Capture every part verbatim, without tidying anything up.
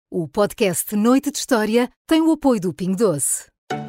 O podcast Noite de História tem o apoio do Pingo Doce.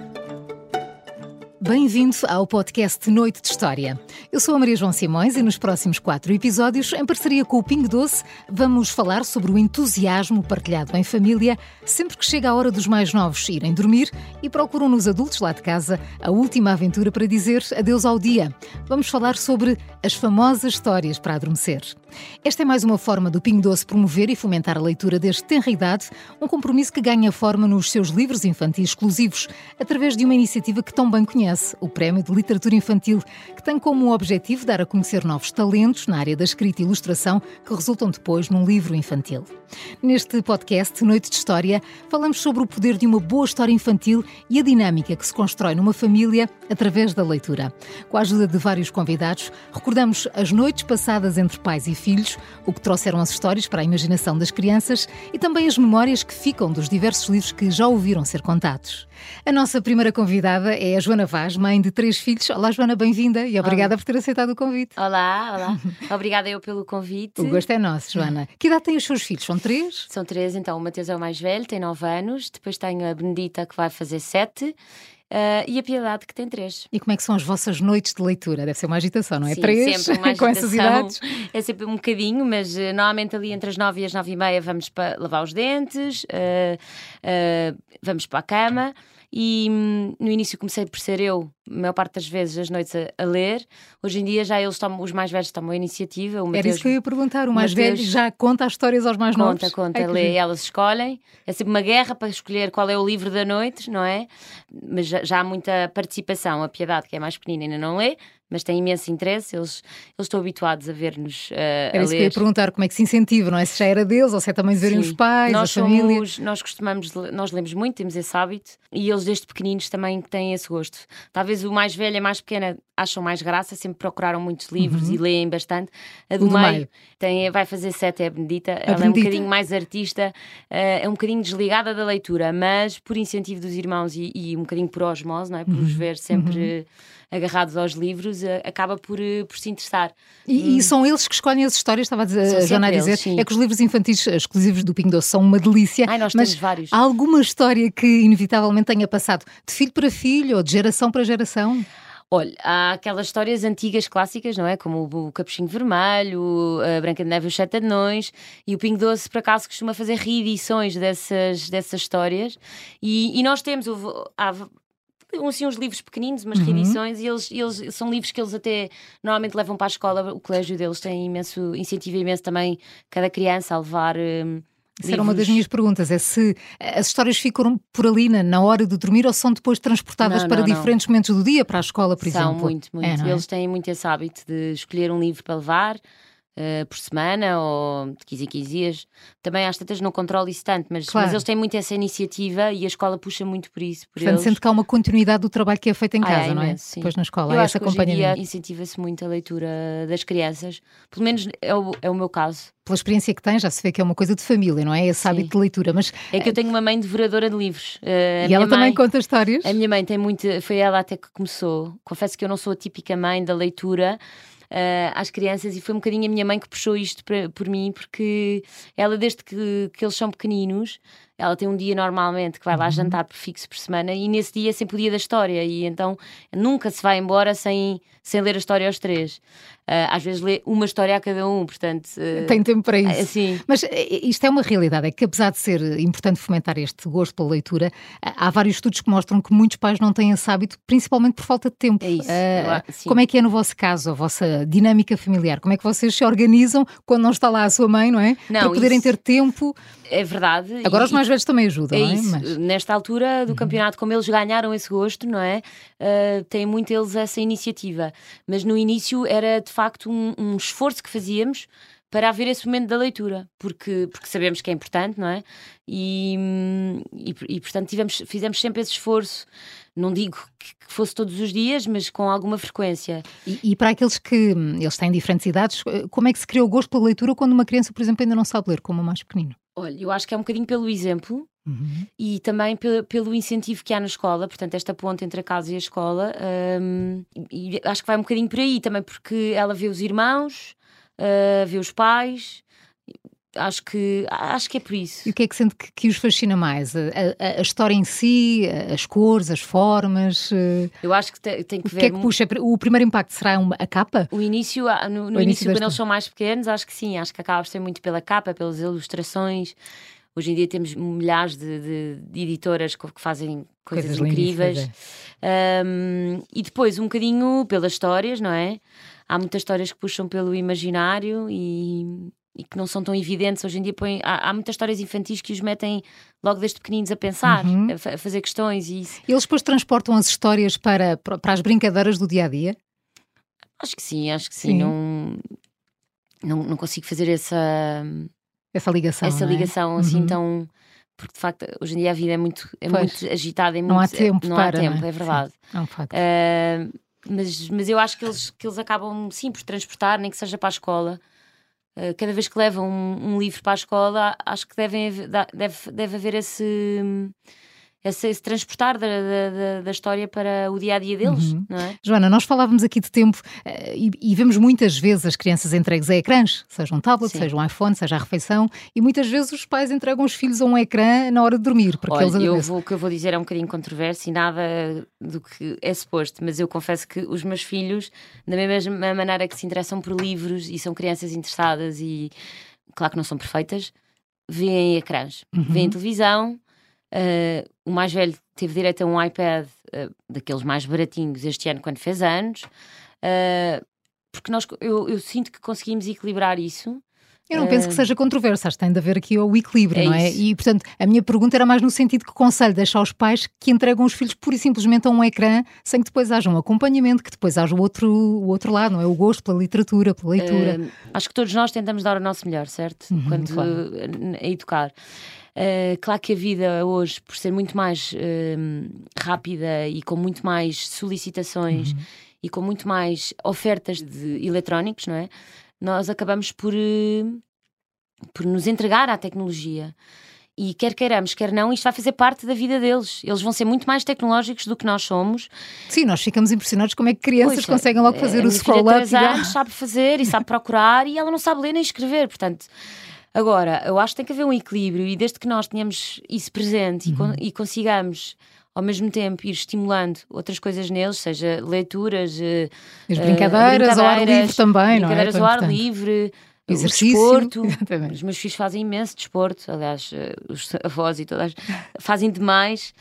Bem-vindo ao podcast Noite de História. Eu sou a Maria João Simões e nos próximos quatro episódios, em parceria com o Pingo Doce, vamos falar sobre o entusiasmo partilhado em família sempre que chega a hora dos mais novos irem dormir e procuram nos adultos lá de casa a última aventura para dizer adeus ao dia. Vamos falar sobre as famosas histórias para adormecer. Esta é mais uma forma do Pingo Doce promover e fomentar a leitura desde tenra idade, um compromisso que ganha forma nos seus livros infantis exclusivos, através de uma iniciativa que tão bem conhece, o Prémio de Literatura Infantil, que tem como objetivo dar a conhecer novos talentos na área da escrita e ilustração que resultam depois num livro infantil. Neste podcast Noite de História, falamos sobre o poder de uma boa história infantil e a dinâmica que se constrói numa família através da leitura. Com a ajuda de vários convidados, recordamos as noites passadas entre pais e filhos, o que trouxeram as histórias para a imaginação das crianças e também as memórias que ficam dos diversos livros que já ouviram ser contados. A nossa primeira convidada é a Joana Vaz, mãe de três filhos. Olá, Joana, bem-vinda e obrigada Olá. por ter aceitado o convite. Olá, olá. Obrigada eu pelo convite. O gosto é nosso, Joana. Que idade têm os seus filhos? São três? São três, então o Mateus é o mais velho, tem nove anos. Depois tenho a Benedita, que vai fazer sete. Uh, e a Piedade, que tem três. E como é que são as vossas noites de leitura? Deve ser uma agitação, não é? Sim, Três, sempre uma agitação. Com essas idades? É sempre um bocadinho, mas uh, normalmente ali entre as nove e as nove e meia vamos para lavar os dentes, uh, uh, vamos para a cama. E hum, no início comecei por ser eu, a maior parte das vezes, as noites a, a ler. Hoje em dia já eles tomam, os mais velhos tomam a iniciativa. O Mateus, Era isso que eu ia perguntar. O mais Mateus, velho já conta as histórias aos mais conta, novos? Conta, conta, lê, elas escolhem. É sempre uma guerra para escolher qual é o livro da noite, não é? Mas já, já há muita participação. A Piedade, que é mais pequenina, ainda não lê, mas tem imenso interesse, eles, eles estão habituados a ver-nos uh, a ler. Era isso que eu ia perguntar, como é que se incentiva, não é? Se já era deles ou se é também de verem os pais, nós a família. Somos, nós costumamos, nós lemos muito, temos esse hábito, e eles desde pequeninos também têm esse gosto. Talvez o mais velho e a mais pequena acham mais graça, sempre procuraram muitos livros uhum. e leem bastante. A do, do meio, meio. Tem, vai fazer sete, é a Benedita. A Ela Benedita. é um bocadinho mais artista, uh, é um bocadinho desligada da leitura, mas por incentivo dos irmãos e, e um bocadinho por osmose, não é? Por uhum. os ver sempre... Uhum. agarrados aos livros, acaba por, por se interessar. E, hum. e são eles que escolhem as histórias, estava a, dizer, a Joana a dizer, eles, é que os livros infantis exclusivos do Pingo Doce são uma delícia. Ai, nós mas temos vários. Há alguma história que inevitavelmente tenha passado de filho para filho ou de geração para geração? Olha, há aquelas histórias antigas, clássicas, não é? Como o Capuchinho Vermelho, a Branca de Neve e os Sete Anões, e o Pingo Doce, por acaso, costuma fazer reedições dessas, dessas histórias. E, e nós temos... Há, assim, uns livros pequeninos, umas uhum. reedições, e eles, eles são livros que eles até normalmente levam para a escola. O colégio deles tem imenso, incentiva imenso também cada criança a levar um, Isso era uma das minhas perguntas, é se as histórias ficam por ali na, na hora de dormir ou são depois transportadas não, para não, diferentes não. momentos do dia, para a escola, por são exemplo? São muito, muito. É, eles é? têm muito esse hábito de escolher um livro para levar Uh, por semana ou de quinze em quinze dias. Também às tantas não controlo isso tanto, mas, claro. mas eles têm muito essa iniciativa e a escola puxa muito por isso. Por Portanto, eles. sente que há uma continuidade do trabalho que é feito em casa, ah, é, não é? imenso, sim. Depois na escola, eu há acho esse que hoje em dia acompanhamento. incentiva-se muito a leitura das crianças, pelo menos é o, é o meu caso. Pela experiência que tem, já se vê que é uma coisa de família, não é? Esse sim. hábito de leitura. Mas é que eu tenho uma mãe devoradora de livros. Uh, e ela também mãe, conta histórias? A minha mãe tem muito, foi ela até que começou. Confesso que eu não sou a típica mãe da leitura Uh, às crianças, e foi um bocadinho a minha mãe que puxou isto pra, por mim, porque ela, desde que, que eles são pequeninos, ela tem um dia normalmente que vai lá uhum. jantar por fixo por semana, e nesse dia é sempre o dia da história, e então nunca se vai embora sem, sem ler a história aos três. Uh, às vezes lê uma história a cada um, portanto... Uh, tem tempo para isso. Assim. Mas isto é uma realidade, é que apesar de ser importante fomentar este gosto pela leitura, há vários estudos que mostram que muitos pais não têm esse hábito, principalmente por falta de tempo. É isso. Uh, como é que é no vosso caso, a vossa dinâmica familiar? Como é que vocês se organizam quando não está lá a sua mãe, não é? Não, para poderem isso... ter tempo... É verdade. Agora e, os mais velhos também ajudam, é não é? Isso. Mas... Nesta altura do uhum. campeonato, como eles ganharam esse gosto, não é? Uh, têm muito eles essa iniciativa. Mas no início era de facto um, um esforço que fazíamos para haver esse momento da leitura, porque, porque sabemos que é importante, não é? E, e, e portanto tivemos, fizemos sempre esse esforço. Não digo que fosse todos os dias, mas com alguma frequência. E, e para aqueles que eles têm diferentes idades, como é que se cria o gosto pela leitura quando uma criança, por exemplo, ainda não sabe ler, como o mais pequenino? Olha, eu acho que é um bocadinho pelo exemplo uhum. e também pelo, pelo incentivo que há na escola, portanto esta ponte entre a casa e a escola, um, e acho que vai um bocadinho por aí também, porque ela vê os irmãos, uh, vê os pais, Acho que, acho que é por isso. E o que é que sente que, que os fascina mais? A, a, a história em si, as cores, as formas? Eu acho que tem, tem que o ver... O que é que puxa? O primeiro impacto será uma, a capa? O início, no, no o início, início quando eles são mais pequenos, acho que sim. Acho que acaba por ser muito pela capa, pelas ilustrações. Hoje em dia temos milhares de, de, de editoras que fazem coisas, coisas incríveis. É. Um, e depois, um bocadinho pelas histórias, não é? Há muitas histórias que puxam pelo imaginário e... e que não são tão evidentes. Hoje em dia põe, há, há muitas histórias infantis que os metem logo desde pequeninos a pensar, uhum. a, a fazer questões e isso. Eles depois transportam as histórias para, para as brincadeiras do dia-a-dia? Acho que sim, acho que sim. sim. Não, não, não consigo fazer essa... Essa ligação, Essa não é? ligação assim uhum. tão... Porque de facto hoje em dia a vida é muito, é muito agitada. É não muito, há tempo não para, há tempo, não é? é verdade. Sim, é um facto. Uh, mas, mas eu acho que eles, que eles acabam sim por transportar, nem que seja para a escola. Cada vez que levam um, um livro para a escola, acho que devem, deve, deve haver esse, esse, esse transportar da, da, da história para o dia-a-dia deles, uhum. não é? Joana, nós falávamos aqui de tempo uh, e, e vemos muitas vezes as crianças entregues a ecrãs, seja um tablet, Sim. seja um iPhone, seja a refeição, e muitas vezes os pais entregam os filhos a um ecrã na hora de dormir, para Olha, que eles eu adormeçam. vou, o que eu vou dizer é um bocadinho controverso e nada do que é suposto, mas eu confesso que os meus filhos, da mesma maneira que se interessam por livros e são crianças interessadas e, claro que não são perfeitas, veem ecrãs, uhum. veem televisão. Uh, o mais velho teve direito a um iPad uh, daqueles mais baratinhos este ano quando fez anos, uh, porque nós, eu, eu sinto que conseguimos equilibrar isso. Eu não uh, penso que seja controverso, acho que tem de haver aqui o equilíbrio, é não é? Isso. E portanto a minha pergunta era mais no sentido que conselho deixa aos pais que entregam os filhos pura e simplesmente a um ecrã sem que depois haja um acompanhamento, que depois haja o outro, o outro lado, não é? O gosto pela literatura, pela leitura. Uh, acho que todos nós tentamos dar o nosso melhor, certo? Uhum, quando claro. a educar. Uh, claro que a vida hoje, por ser muito mais uh, rápida e com muito mais solicitações uhum. e com muito mais ofertas de eletrónicos, não é? Nós acabamos por, uh, por nos entregar à tecnologia. E quer queiramos, quer não, isto vai fazer parte da vida deles. Eles vão ser muito mais tecnológicos do que nós somos. Sim, nós ficamos impressionados como é que crianças pois, conseguem logo fazer a o scroll-up. A minha anos sabe fazer e sabe procurar e ela não sabe ler nem escrever, portanto... Agora, eu acho que tem que haver um equilíbrio e desde que nós tenhamos isso presente uhum. e, con- e consigamos ao mesmo tempo ir estimulando outras coisas neles, seja leituras, as brincadeiras, uh, ao ar livre também, não é? Brincadeiras ao ar livre, exercício, o desporto. Exatamente. Os meus filhos fazem imenso desporto, aliás, os avós e todas fazem demais.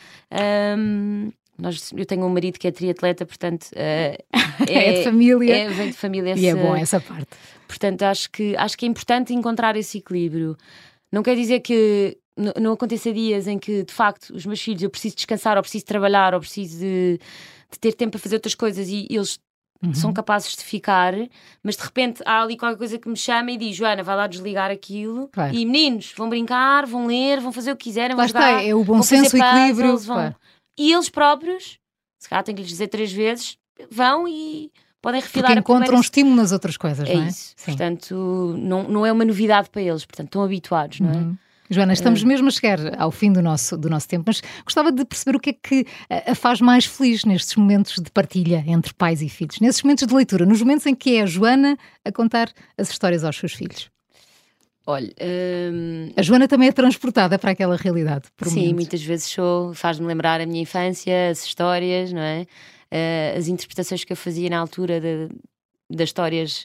Um, nós, eu tenho um marido que é triatleta, portanto uh, é, é de família. É, vem de família. E esse, é bom essa parte. Portanto, acho que, acho que é importante encontrar esse equilíbrio. Não quer dizer que n- não aconteça dias em que, de facto, os meus filhos, eu preciso descansar, ou preciso trabalhar, ou preciso de, de ter tempo para fazer outras coisas e eles uhum. são capazes de ficar, mas de repente há ali qualquer coisa que me chama e diz: Joana, vai lá desligar aquilo. Claro. E meninos, vão brincar, vão ler, vão fazer o que quiserem, vão lá jogar, está, é o bom senso e equilíbrio. Puzzles, vão... claro. E eles próprios, se calhar tenho que lhes dizer três vezes, vão e... podem refilar. Porque encontram primeira... um estímulo nas outras coisas, é não é? Isso. Sim. Portanto, não, não é uma novidade para eles, portanto, estão habituados, não é? Uhum. Joana, estamos mesmo a chegar ao fim do nosso, do nosso tempo, mas gostava de perceber o que é que a faz mais feliz nestes momentos de partilha entre pais e filhos, nesses momentos de leitura, nos momentos em que é a Joana a contar as histórias aos seus filhos. Olha, hum... a Joana também é transportada para aquela realidade. Por Sim, momentos. muitas vezes sou, faz-me lembrar a minha infância, as histórias, não é? Uh, as interpretações que eu fazia na altura de, das histórias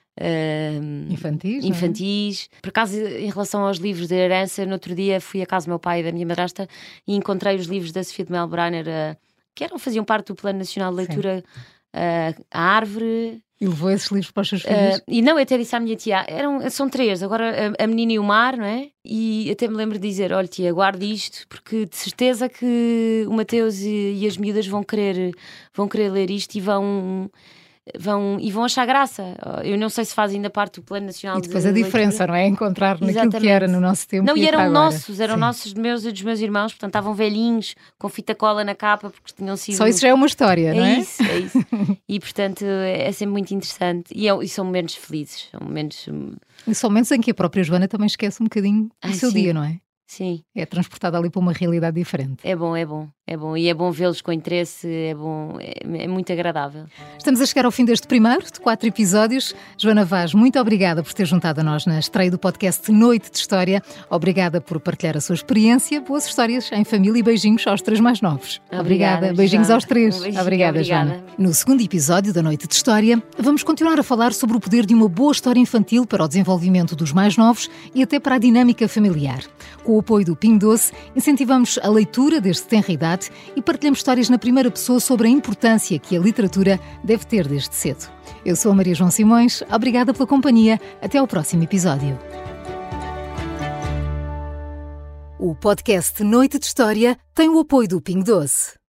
uh, infantis, infantis. É? Por acaso, em relação aos livros de herança, no outro dia fui à casa do meu pai e da minha madrasta e encontrei os livros da Sofia de Melbrenner, uh, que eram, faziam parte do Plano Nacional de Leitura, uh, A Árvore. E levou esses livros para os seus filhos? Uh, e não, eu até disse à minha tia, eram, são três, agora a, a menina e o mar, não é? E até me lembro de dizer, olha tia, guarde isto, porque de certeza que o Mateus e, e as miúdas vão querer, vão querer ler isto e vão, vão, e vão achar graça. Eu não sei se faz ainda parte do Plano Nacional de Leitura. E depois a diferença, não é? Encontrar naquilo Exatamente. Que era no nosso tempo. Não, e, e eram agora. nossos, eram Sim. nossos, meus e dos meus irmãos, portanto estavam velhinhos, com fita cola na capa, porque tinham sido... Só isso já é uma história, é não é? Isso, é isso. E portanto é sempre muito interessante. E, é, e são momentos felizes, são momentos... E são momentos em que a própria Joana também esquece um bocadinho Ai, o seu sim. dia, não é? Sim. É transportada ali para uma realidade diferente. É bom, é bom. É bom, e é bom vê-los com interesse, é bom, é, é muito agradável. Estamos a chegar ao fim deste primeiro de quatro episódios. Joana Vaz, muito obrigada por ter juntado a nós na estreia do podcast Noite de História. Obrigada por partilhar a sua experiência. Boas histórias em família e beijinhos aos três mais novos. Obrigada. Obrigada. Beijinhos Joana. aos três. Um beijinho, obrigada, obrigada, Joana. No segundo episódio da Noite de História, vamos continuar a falar sobre o poder de uma boa história infantil para o desenvolvimento dos mais novos e até para a dinâmica familiar. Com o apoio do Pingo Doce, incentivamos a leitura desde tenra idade e partilhamos histórias na primeira pessoa sobre a importância que a literatura deve ter desde cedo. Eu sou a Maria João Simões, obrigada pela companhia. Até ao próximo episódio. O podcast Noite de História tem o apoio do Pingo Doce.